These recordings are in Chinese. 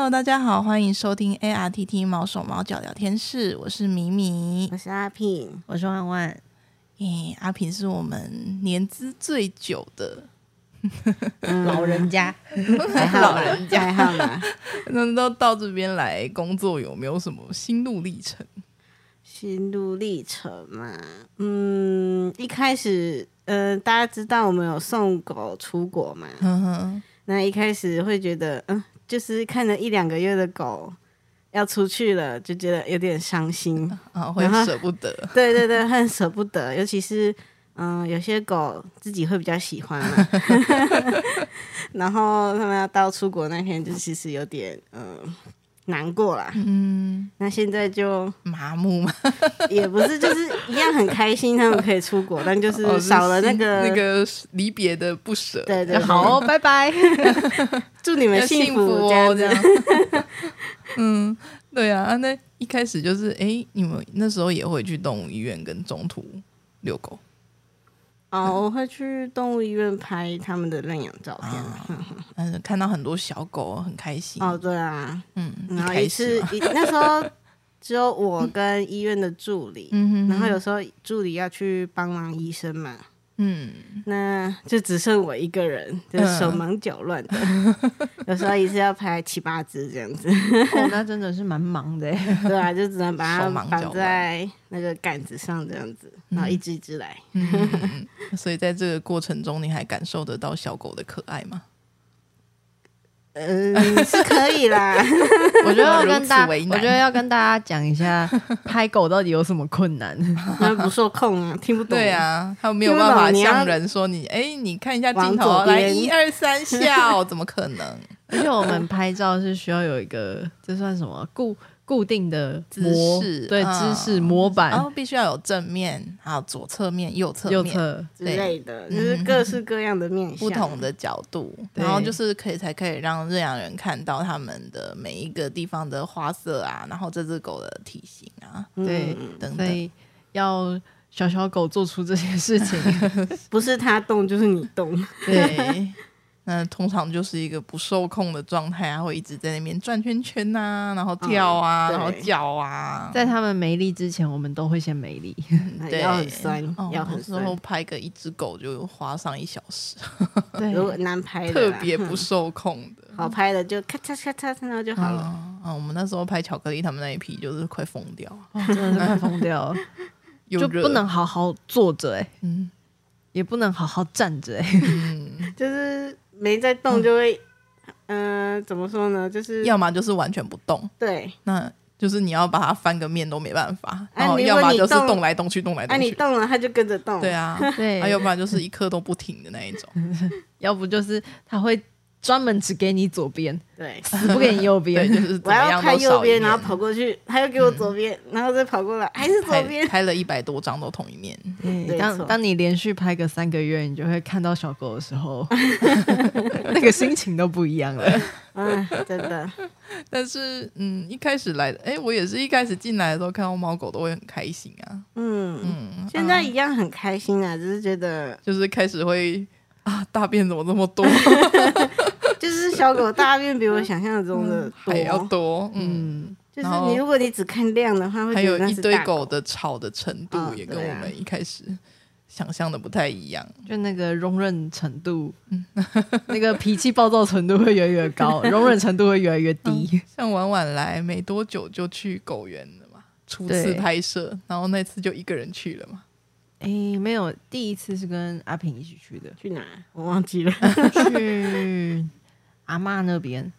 Hello， 大家好，欢迎收听 ARTT 毛手毛脚聊天室，我是米米， 我是阿平， 我是万万。 阿平是我们年资最久的老人家， 还好啦，还好啦。 那都到这边来工作，有没有什么心路历程？ 心路历程嘛，一开始大家知道我们有送狗出国嘛，那一开始会觉得就是看着1-2个月的狗要出去了，就觉得有点伤心会舍不得。 对对对，很舍不得，尤其是有些狗自己会比较喜欢嘛，然后他们要到出国那天，就其实有点难过啦。那现在就麻木嘛， 也不是，就是一样很开心，他们可以出国，但就是少了那个离别的不舍。 对对对， 好，拜拜， 祝你们幸福哦，这这样。 对啊，那一开始就是你们那时候也会去动物医院跟中途遛狗？ 我会去动物医院拍他们的认养照片， 看到很多小狗很开心。 对啊，然后一次那时候只有我跟医院的助理，然后有时候助理要去帮忙医生嘛，那就只剩我一个人，就是手忙脚乱的，有时候一次要拍7-8只这样子。 那真的是蛮忙的。 对啊，就只能把它绑在那个杆子上这样子，然后一只一只来。 所以在这个过程中，你还感受得到小狗的可爱吗？ 是可以啦。 我觉得要跟大家讲一下，拍狗到底有什么困难？ 他们不受控啊，听不懂。 对啊，他们没有办法像人说你看一下镜头，来1、2、3笑，怎么可能？ 而且我们拍照是需要有一个，这算什么固定的姿势， 对，姿势模板， 然后必须要有正面，还有左侧面、右侧面之类的，就是各式各样的面向， 不同的角度，然后就是才可以让认养人看到他们的每一个地方的花色啊，然后这只狗的体型啊， 对， 等等， 所以要小狗做出这些事情， 不是它动就是你动， 对。那通常就是一个不受控的状态啊，会一直在那边转圈圈啊，然后跳啊，然后叫啊。 在他们没力之前，我们都会先没力， 对，要很酸，要很酸。 然后拍一只狗就花上1小时， 对， 如果难拍的特别不受控的， 好拍的就咔嚓咔嚓，然后就好了。 我们那时候拍巧克力他们那一批就是快疯掉了， 真的是快疯掉了，就不能好好坐着也不能好好站着就是没在动就会，怎么说呢？就是要么就是完全不动， 对， 那就是你要把它翻个面都没办法，然后要么就是动来动去，动来动去， 你动了它就跟着动， 对啊， 对， 要不然就是一刻都不停的那一种， 要不就是它会专门只给你左边， 对， 死不给你右边， 就是我要看右边，然后跑过去，他又给我左边，然后再跑过来，还是左边， 拍了100多张都同一面。 当你连续拍个3个月，你就会看到小狗的时候，那个心情都不一样了。 真的。 但是一开始来的，我也是一开始进来的时候看到猫狗都会很开心啊。 现在一样很开心啊，只是觉得就是开始会大便怎么这么多？ 就是小狗大便比我想象中的多还要多， 就是如果你只看量的话，会还有觉得那是一堆大狗狗的吵的程度也跟我们一开始想象的不太一样， 就那个容忍程度，那个脾气暴躁程度会越来越高，容忍程度会越来越低。 像婉婉来没多久就去狗园了嘛，初次拍摄，然后那次就一个人去了嘛。 没有，第一次是跟阿平一起去的。 去哪？我忘记了。 去阿嬷那边。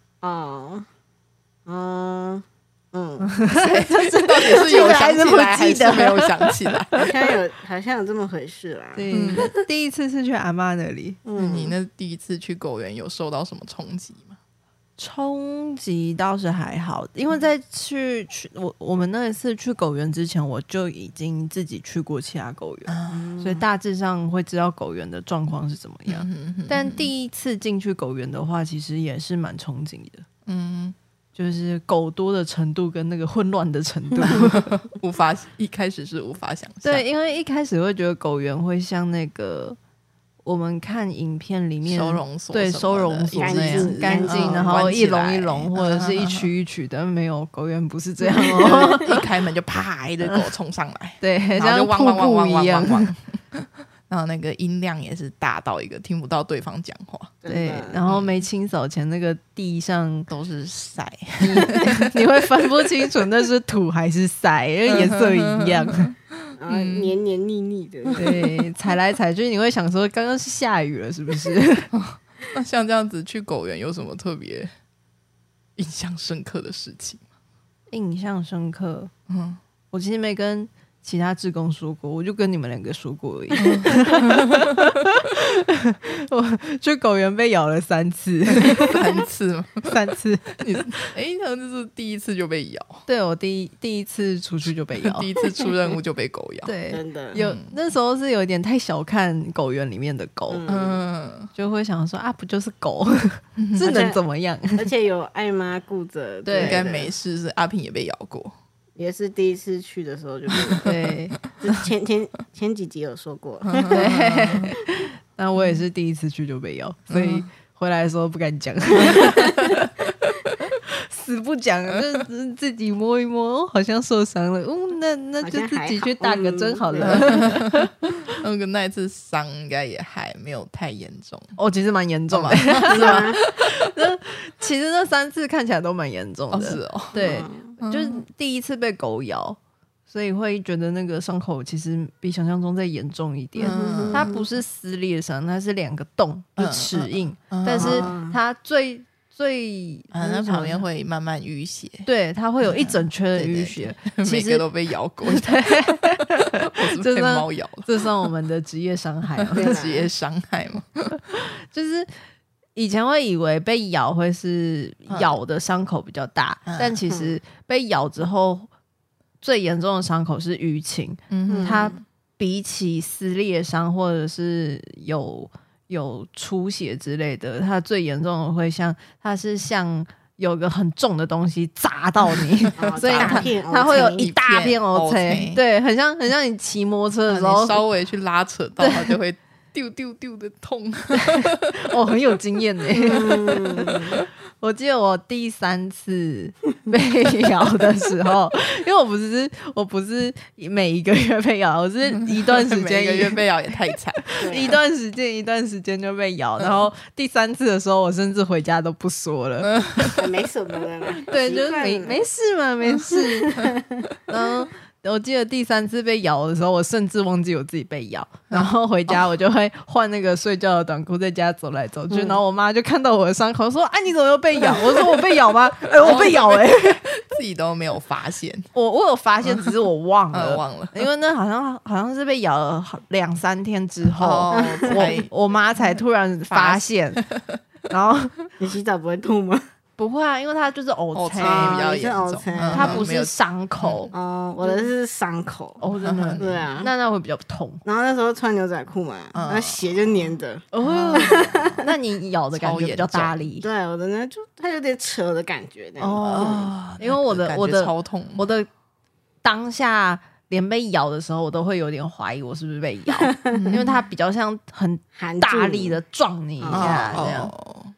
这到底是有想起来还是没有想起来？ 好像有这么回事啦。 对，第一次是去阿嬷那里。 你那第一次去狗园有受到什么冲击吗？ 冲击倒是还好，因为在我们那一次去狗园之前，我就已经自己去过其他狗园，所以大致上会知道狗园的状况是怎么样。但第一次进去狗园的话，其实也是蛮冲击的。就是狗多的程度跟那个混乱的程度，一开始是无法想象。 对，因为一开始会觉得狗园会像那个我们看影片里面收容所对收容所那样干净，然后一笼一笼或者是一区一区的，没有狗园不是这样哦， 一开门就啪一堆狗冲上来， 对， 然后就汪汪汪汪汪一样。 然后那个音量也是大到一个听不到对方讲话， 对，然后没清扫前那个地上都是晒， 你会分不清楚那是土还是晒，因为颜色一样， 然后黏黏腻腻的， 对，踩来踩去，你会想说刚刚是下雨了是不是？ 那像这样子去狗园有什么特别印象深刻的事情吗？ 印象深刻，我其实没跟其他志工说过，我就跟你们2个说过而已。我去狗园被咬了3次 3次吗 ？3次。 那就是第一次就被咬。 对，我第一次出去就被咬， 第一次出任务就被狗咬。 对， 真的那时候是有点太小看狗园里面的狗，就会想说啊，不就是狗，是能怎么样？ 而且有爱妈顾着， 对， 应该没事。是阿平也被咬过。 也是第一次去的时候就对， 前几集有说过， 对，那我也是第一次去就被咬，所以回来的时候不敢讲，死不讲，就自己摸一摸，好像受伤了，那就自己去打个针好了。 那一次伤应该也还没有太严重， 其实蛮严重的， 是吗？ 其实那3次看起来都蛮严重的， 是哦， 对。就是第一次被狗咬，所以会觉得那个伤口其实比想象中再严重一点。它不是撕裂伤，它是2个洞，就齿印。但是它最那旁边会慢慢淤血， 对，它会有一整圈的淤血。 每个都被咬过，我是被猫咬了， 这算我们的职业伤害吗？ 职业伤害吗？ 就是以前会以为被咬会是咬的伤口比较大，但其实被咬之后最严重的伤口是淤青。它比起撕裂伤或者是有出血之类的，它最严重的会它是像有个很重的东西砸到你，所以它会有一大片 OK， 对，很像你骑摩托车的时候， 你稍微去拉扯到它就会丢丢丢的痛。 很有经验耶。我记得我第3次被咬的时候，因为我不是每一个月被咬，我是一段时间每个月被咬也太惨， 一段时间就被咬，然后第3次的时候，我甚至回家都不说了， 没什么了， 对，就是没事嘛，没事。然后我记得第3次被咬的时候，我甚至忘记我自己被咬，然后回家我就会换那个睡觉的短裤，在家走来走去，然后我妈就看到我的伤口说：“你怎么又被咬？”我说：“我被咬吗？”我被咬自己都没有发现。 我有发现，只是我忘了， 忘了， 因为那好像是被咬了2-3天之后，我妈才突然发现。然后你洗澡不会吐吗？ 不会啊，因为它就是比较严重， 它不是伤口。 我的是伤口。 真的， 对啊， 那会比较痛。 然后那时候穿牛仔裤嘛，那血就粘着。 那你咬的感觉比较大力。 对，我的呢就它有点扯的感觉。 因为我的超痛， 我的当下连被咬的时候，我都会有点怀疑我是不是被咬，因为它比较像很大力的撞你一下这样。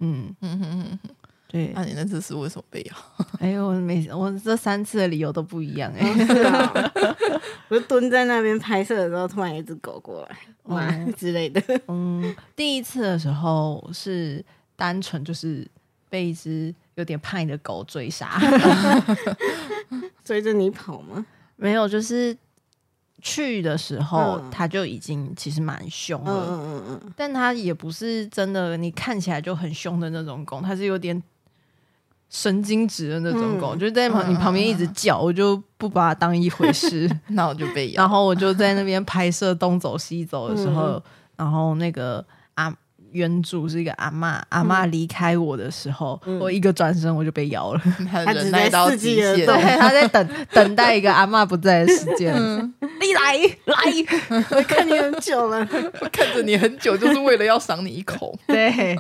对， 那你那次是为什么被咬？ 我这3次的理由都不一样我就蹲在那边拍摄的时候，突然有一只狗过来，之类的。 第一次的时候是单纯就是被一只有点派的狗追杀， 追着你跑吗？ 没有，就是去的时候它就已经其实蛮凶了，但它也不是真的你看起来就很凶的那种狗，它是有点神经质的那种狗，就是在你旁边一直叫，我就不把它当一回事， 那我就被咬。 然后我就在那边拍摄东走西走的时候，然后那个原主是一个阿嬷离开我的时候，我一个转身我就被咬了。 他忍耐到极限， 对，他在等待一个阿嬷不在的时间。你来， 我看你很久了， 我看着你很久，就是为了要赏你一口。 对，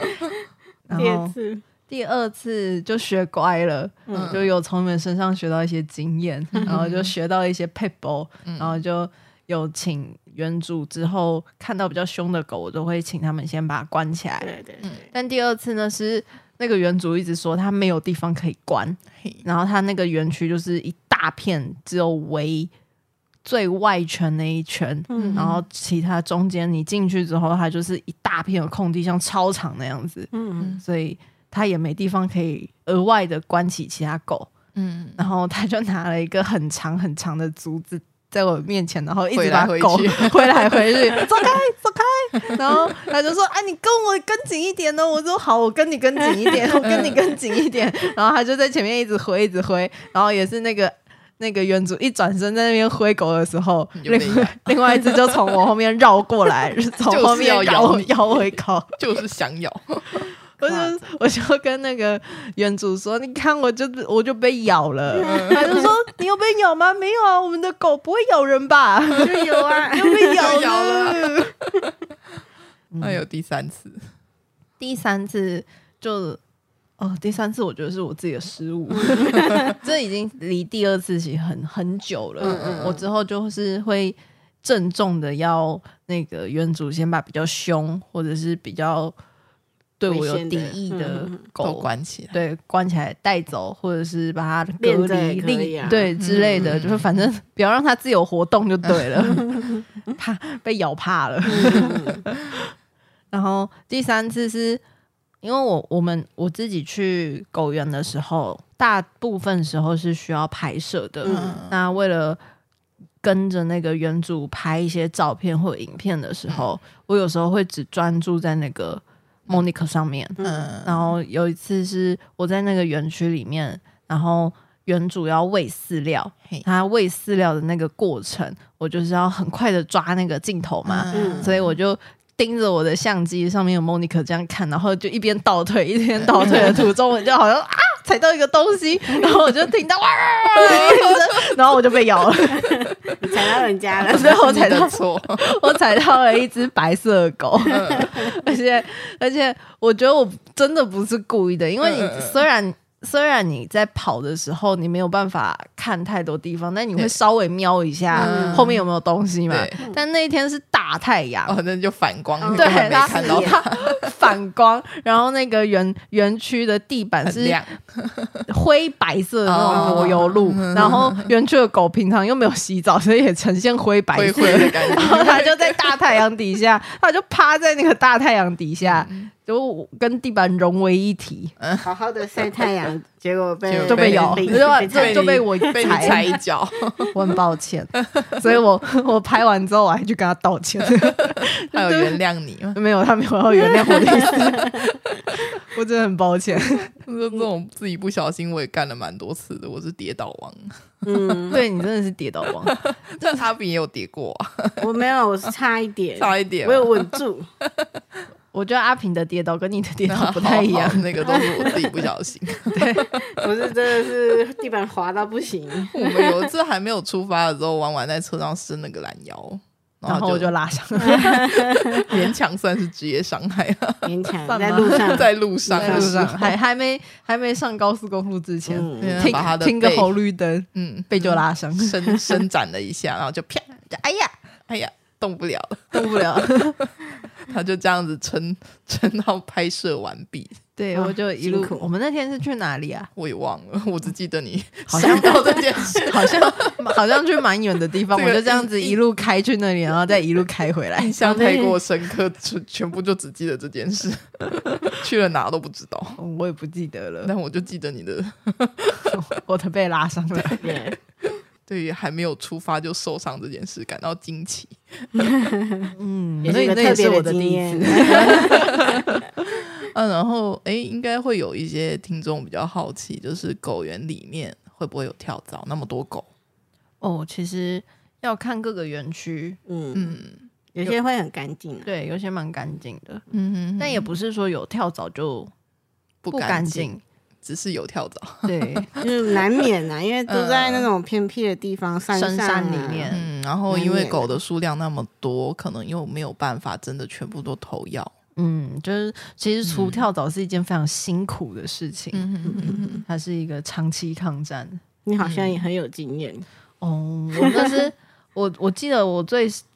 第二次就学乖了，就有从你们身上学到一些经验，然后就学到一些撇步，然后就有请原主之后看到比较凶的狗，我都会请他们先把它关起来。 对对对。 但第二次呢，是那个园主一直说他没有地方可以关，然后他那个园区就是一大片，只有围最外圈那一圈，然后其他中间你进去之后，它就是一大片的空地，像操场那样子。所以他也没地方可以额外的关起其他狗。然后他就拿了一个很长很长的竹子在我面前，然后一直把狗挥来挥去，走开走开。然后他就说：“啊，你跟我跟紧一点哦。”我说：“好，我跟你跟紧一点，我跟你跟紧一点。”然后他就在前面一直挥，一直挥。然后也是那个园主一转身在那边挥狗的时候，另外一只就从我后面绕过来，从后面咬回狗， 就是想咬。 我就跟那个园主说：“你看，我就被咬了。”他就说：“你有被咬吗？没有啊，我们的狗不会咬人吧？” 就有啊， 就被咬了。 那有第三次就第三次我觉得是我自己的失误，这已经离第二次其实很久了。我之后就是会郑重的要那个园主先把比较凶或者是比较对我有敌意的狗关起来， 对，关起来带走，或者是把它隔离，对之类的，就是反正不要让它自由活动就对了，怕被咬怕了。然后第三次是因为我自己去狗园的时候，大部分时候是需要拍摄的，那为了跟着那个园主拍一些照片或影片的时候，我有时候会只专注在那个Monica 上面，然后有一次是我在那个园区里面，然后园主要喂饲料，他喂饲料的那个过程，我就是要很快的抓那个镜头嘛，所以我就盯着我的相机上面有 Monica 这样看，然后就一边倒退的途中，我就好像踩到一个东西，然后我就听到哇，然后我就被咬了。 你踩到人家了， 所以我踩到了一只白色的狗，而且我觉得我真的不是故意的，因为你虽然你在跑的时候你没有办法看太多地方，但你会稍微瞄一下后面有没有东西嘛。但那一天是大太阳， 那就反光， 对， 没看到它反光，然后那个园区的地板是灰白色的那种柏油路，然后园区的狗平常又没有洗澡，所以也呈现灰白色的感觉。 然后它就在大太阳底下，它就趴在那个大太阳底下，就跟地板融为一体， 好好的晒太阳，结果就被咬，就被我踩一脚。 我很抱歉，所以我拍完之后我还去跟他道歉。 他有原谅你吗？ 没有，他没有要原谅我的意思。我真的很抱歉。 这种自己不小心我也干了蛮多次的，我是跌倒王。 对，你真的是跌倒王。 但阿炳也有跌过啊。 我没有，我是差一点，我有稳住。 我觉得阿平的跌倒跟你的跌倒不太一样， 那个都是我自己不小心。 对， 我是真的是地板滑到不行。 我们有一次还没有出发的时候，婉婉在车上伸那个懒腰， 然后我就拉伤了， 勉强算是职业伤害了。 勉强在路上， 还没上高速公路之前， 听个红绿灯，背就拉伤， 伸展了一下，然后就啪，哎呀，动不了。他就这样子撑到拍摄完毕。 对，我就一路。我们那天是去哪里啊？ 我也忘了，我只记得你想到这件事， 好像去蛮远的地方。我就这样子一路开去那里，然后再一路开回来。 印象太过深刻，全部就只记得这件事，去了哪都不知道。 我也不记得了， 但我就记得你的， 我的被拉伤了。 对于还没有出发就受伤这件事感到惊奇。 也是一个特别的经验。 然后应该会有一些听众比较好奇，就是狗园里面会不会有跳蚤？那么多狗其实要看各个园区， 有些会很干净， 对，有些蛮干净的，但也不是说有跳蚤就不干净。 只是有跳蚤， 对， 就是难免啊，因为都在那种偏僻的地方，深山里面， 然后因为狗的数量那么多，可能又没有办法真的全部都投药， 就是其实除跳蚤是一件非常辛苦的事情，它是一个长期抗战。 你好像也很有经验我那是我记得我最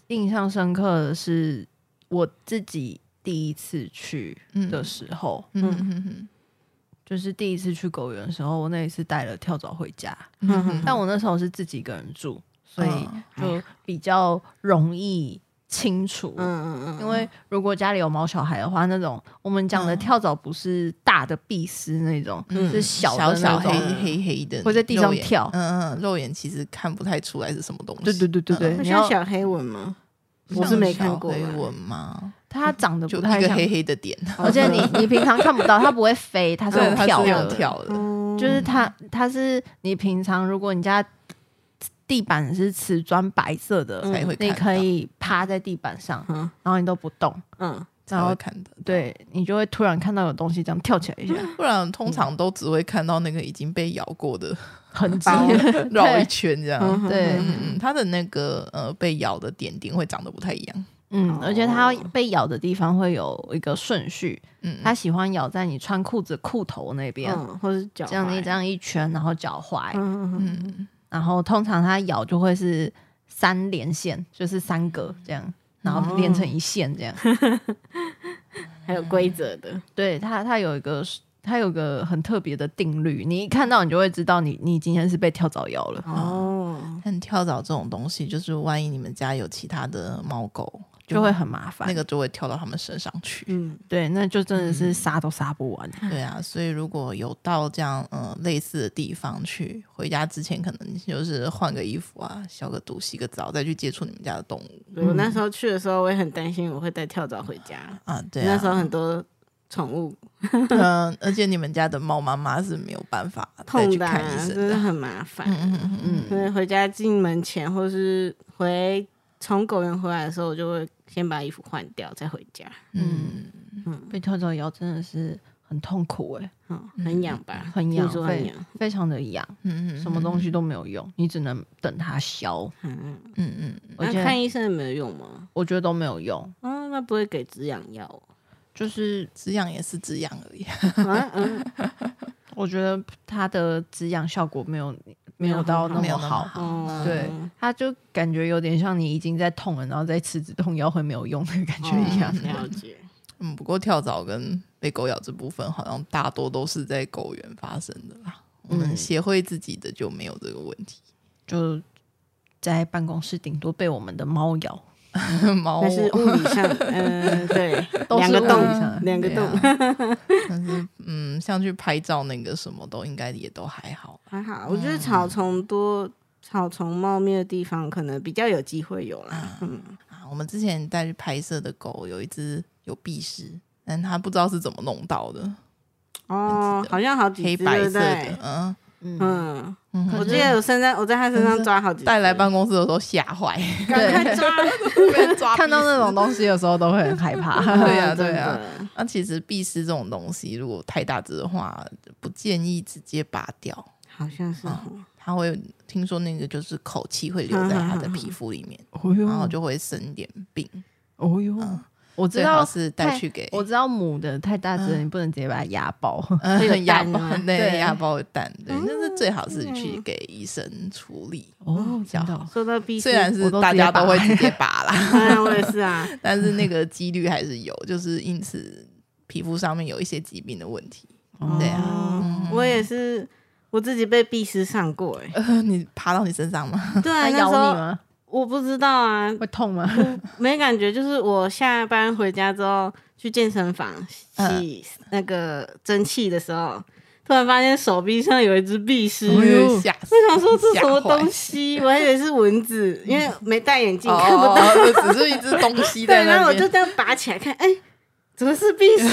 印象深刻的是我自己第一次去的时候，就是第一次去狗园的时候，我那一次带了跳蚤回家，但我那时候是自己一个人住，所以就比较容易清除。因为如果家里有毛小孩的话，那种我们讲的跳蚤不是大的壁虱那种，是小的那种黑的， 会在地上跳。 肉眼其实看不太出来是什么东西。 对， 你像小黑蚊吗？我是没看过黑蚊吗？ 它长得不太像，就一个黑黑的点， 而且你平常看不到，它不会飞，它是用跳的，就是它是你平常如果你家地板是瓷砖白色的，你可以趴在地板上，然后你都不动， 然后看的， 对你就会突然看到有东西这样跳起来一下， 不然通常都只会看到那个已经被咬过的痕迹绕一圈这样。 对， 它的那个被咬的点点会长得不太一样。 而且它被咬的地方会有一个顺序，它喜欢咬在你穿裤子裤头那边， 或是脚这样一圈，然后脚踝，然后通常它咬就会是3连线，就是3个这样，然后连成一线这样， 还有规则的。 对，它有一个很特别的定律，你一看到你就会知道你今天是被跳蚤咬了。 但跳蚤这种东西，就是万一你们家有其他的猫狗， 就会很麻烦， 那个就会跳到他们身上去。 对，那就真的是杀都杀不完。 对啊，所以如果有到这样类似的地方去，回家之前可能就是换个衣服啊，消个毒，洗个澡，再去接触你们家的动物。 我那时候去的时候，我也很担心我会带跳蚤回家啊。对啊， 那时候很多宠物， 而且你们家的猫妈妈是没有办法再去看医生的， 真的很麻烦。所以回家进门前，或是从狗园回来的时候，我就会先把衣服换掉，再回家。 被跳蚤咬真的是很痛苦很痒吧？ 很痒，非常的痒。什么东西都没有用，你只能等它消。 那看医生没有用吗？ 我觉得都没有用。 那不会给止痒药？ 就是止痒也是止痒而已。 我觉得它的止痒效果没有到那么好。对，它就感觉有点像你已经在痛了，然后再吃止痛药会没有用的感觉一样。 了解。 不过跳蚤跟被狗咬这部分，好像大多都是在狗园发生的啦。我们协会自己的就没有这个问题， 就在办公室顶多被我们的猫咬。 那是物理上，对， 都是两个洞。 但是，像去拍照那个什么都应该也都还好。 我觉得草丛茂密的地方可能比较有机会有啦。 我们之前带去拍摄的狗有一只有壁虱，但它不知道是怎么弄到的。 好像好几只黑白色的， 我记得我在他身上抓好几次， 带来办公室的时候吓坏， 赶快抓， 看到那种东西的时候都会很害怕。 对啊。那其实壁虱这种东西，如果太大只的话，不建议直接拔掉。 好像是， 它会听说那个就是口气会留在它的皮肤里面，然后就会生点病。我知道是带去给， 我知道母的太大只，你不能直接把它压爆， 压爆对，压爆蛋，对，但是最好是去给医生处理比较好。 说到壁虱， 虽然是大家都会直接拔啦， 我也是啊， 但是那个几率还是有，就是因此皮肤上面有一些疾病的问题。对啊， 我也是，我自己被壁虱上过你爬到你身上吗？ 对啊， 咬你吗？ 我不知道啊， 会痛吗？ 没感觉，就是我下班回家之后去健身房洗那个蒸汽的时候，突然发现手臂上有一只壁虱，我想说这什么东西，我还以为是蚊子，因为没戴眼镜看不到， 只是一只东西在那边。 对，然后我就这样拔起来看，怎么是壁虱？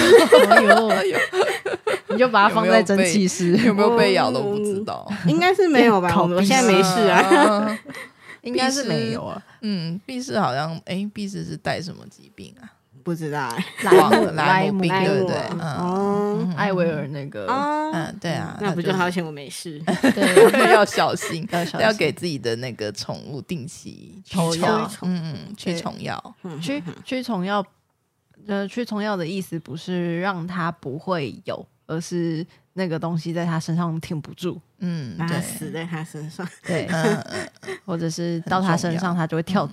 你就把它放在蒸汽室， 有没有被咬都不知道， 应该是没有吧？我现在没事啊。 应该是没有啊。 壁虱好像壁虱是带什么疾病啊？ 不知道莱姆病对不对？ 艾薇儿那个对啊， 那不就好险我没事？ 对，要小心，要给自己的那个宠物定期投药， 驱虫药， 驱虫药。驱虫药的意思不是让它不会有，而是那个东西在它身上挺不住， 把它死在它身上， 对，或者是到它身上它就会跳走，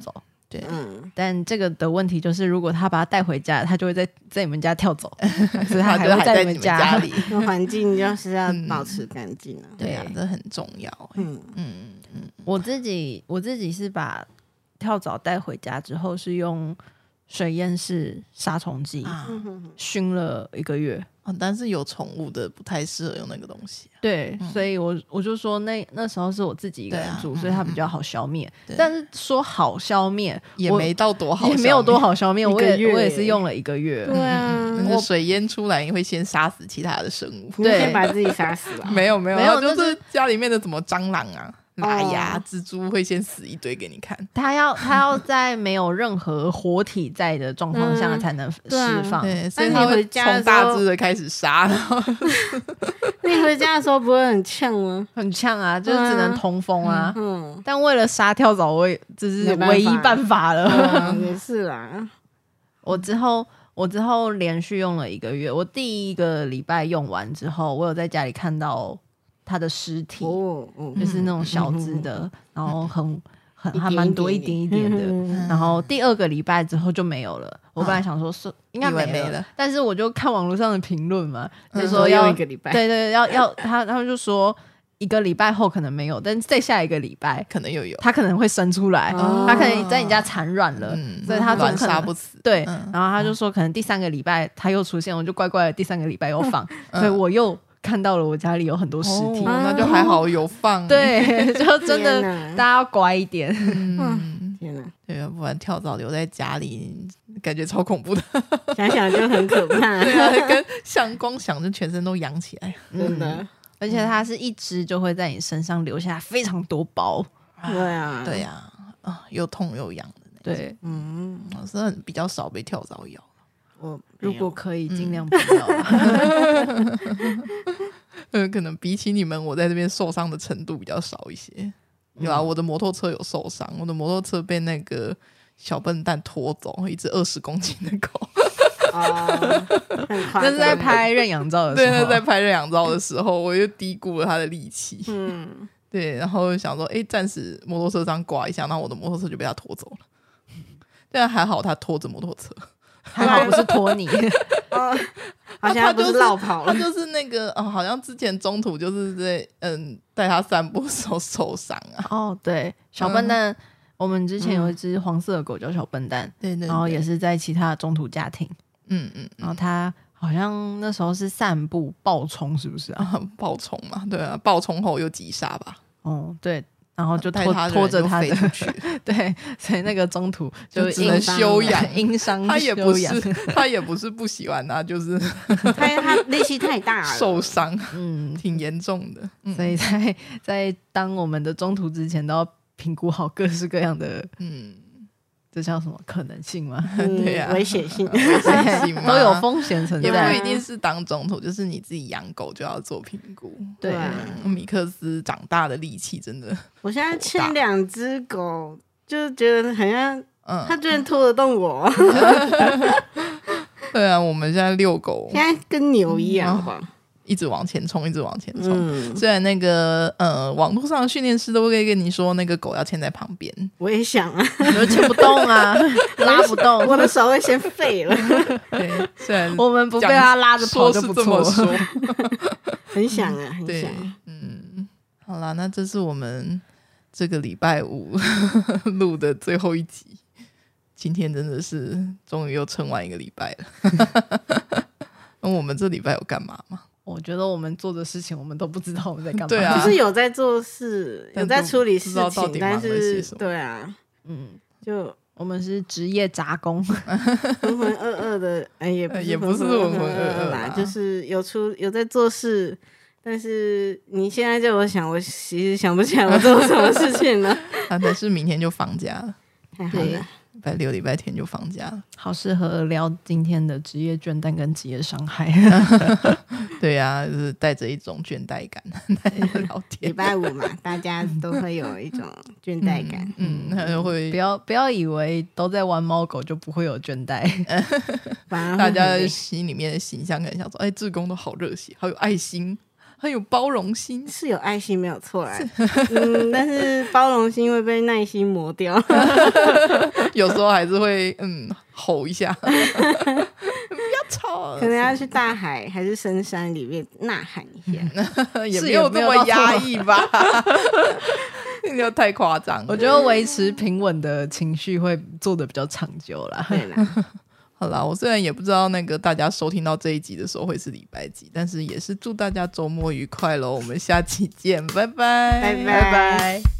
对， 但这个的问题就是，如果他把他带回家，他就会在你们家跳走，所以他还会在你们家里。 那环境就是要保持干净啊。 对啊，这很重要。 我自己是把跳蚤带回家之后，是用水淹式杀虫剂熏了1个月。 但是有宠物的不太适合用那个东西。 对，所以我就说那时候是我自己一个人住，所以它比较好消灭。但是说好消灭也没到多好消灭， 也没有多好消灭。我也是用了1个月。 对啊， 水淹出来，你会先杀死其他的生物， 对，先把自己杀死了。 没有，就是家里面的什么蟑螂啊、拉牙、蜘蛛会先死一堆给你看。 它要在没有任何活体在的状况下才能释放， 对，所以它会从大只的开始杀。然后你回家的时候不会很呛吗？ 很呛啊，就是只能通风啊。但为了杀跳蚤，这是唯一办法了。 也是啦。 我之后连续用了1个月，我第1个礼拜用完之后，我有在家里看到它的尸体，就是那种小只的，然后还蛮多一点一点的。然后第2个礼拜之后就没有了。我本来想说是应该没了，但是我就看网络上的评论嘛，就说要 1个礼拜， 对，要他们就说1个礼拜后可能没有，但再下1个礼拜可能又有， 它可能会生出来，它可能在你家产卵了，所以它卵杀不死。 对，然后他就说可能第3个礼拜它又出现，我就乖乖的第3个礼拜又放，所以我又看到了我家里有很多尸体， 那就还好有放。 对，就真的大家要乖一点。 天哪， 对啊，不然跳蚤留在家里，感觉超恐怖的。 想想就很可怕。 对啊，跟光想就全身都痒起来， 真的。 而且它是一只就会在你身上留下非常多包。 对啊，又痛又痒的那种。 对， 我是比较少被跳蚤咬。 我如果可以尽量不要。 可能比起你们，我在这边受伤的程度比较少一些。有啊，我的摩托车有受伤，我的摩托车被那个小笨蛋拖走，一只20公斤的狗。 那是在拍认养照的时候。 对，那在拍认养照的时候，我就低估了他的力气。对，然后想说，暂时摩托车上挂一下，然后我的摩托车就被他拖走了。但还好他拖着摩托车， 还好不是拖你。 好像他不是落跑了， 他就是那个好像之前中途就是在带他散步的时候受伤啊。 对，小笨蛋，我们之前有一只黄色的狗叫小笨蛋， 对， 然后也是在其他的中途家庭，然后他好像那时候是散步暴冲，是不是啊？ 暴冲嘛，对啊，暴冲后又急刹吧。 对。然后就拖着他的飞出去， 对，所以那个中途就只能休养， 因伤他也不是不喜欢他，就是他力气太大了， 受伤，挺严重的。 所以在当我们的中途之前，都要评估好各式各样的，这叫什么可能性吗？ 对呀， 危险性都有风险存在， 也不一定是当中途，就是你自己养狗就要做评估。 对， 米克斯长大的力气真的， 我现在牵2只狗，就觉得好像，它居然拖得动我。 对啊，我们现在遛狗， 现在跟牛一样吧。 一直往前冲，一直往前冲。虽然那个网络上的训练师都会跟你说，那个狗要牵在旁边。 我也想啊， 你都牵不动啊，拉不动， 我的手会先废了。 对，虽然我们不被他拉着跑就不错。 很想啊，很想。 好啦，那这是我们这个礼拜5录的最后一集。今天真的是终于又撑完1个礼拜了。那我们这礼拜有干嘛吗？ 我觉得我们做的事情，我们都不知道我们在干嘛。 对啊， 就是有在做事，有在处理事情，但是对啊，就我们是职业杂工， 浑浑噩噩的， 也不是浑浑噩噩啦， 就是有在做事，但是你现在叫我想，我其实想不起来我做什么事情了。 但是明天就放假了， 太好了。 礼拜6、礼拜天就放假了， 好适合聊今天的职业倦怠跟职业伤害。 对啊，就是带着一种倦怠感聊天。 礼拜5嘛，大家都会有一种倦怠感。 他就会不要以为都在玩猫狗就不会有倦怠， 大家心里面的形象可能想说，志工都好热血，好有爱心， 很有包容心， 是有爱心没有错啦，但是包容心会被耐心磨掉， 有时候还是会吼一下，不要吵， 可能要去大海还是深山里面呐喊一下， 也没有这么压抑吧。又太夸张， 我觉得维持平稳的情绪会做得比较长久啦。 对啦， 好啦，我虽然也不知道那个大家收听到这一集的时候会是礼拜几，但是也是祝大家周末愉快咯，我们下期见，拜拜， 拜拜。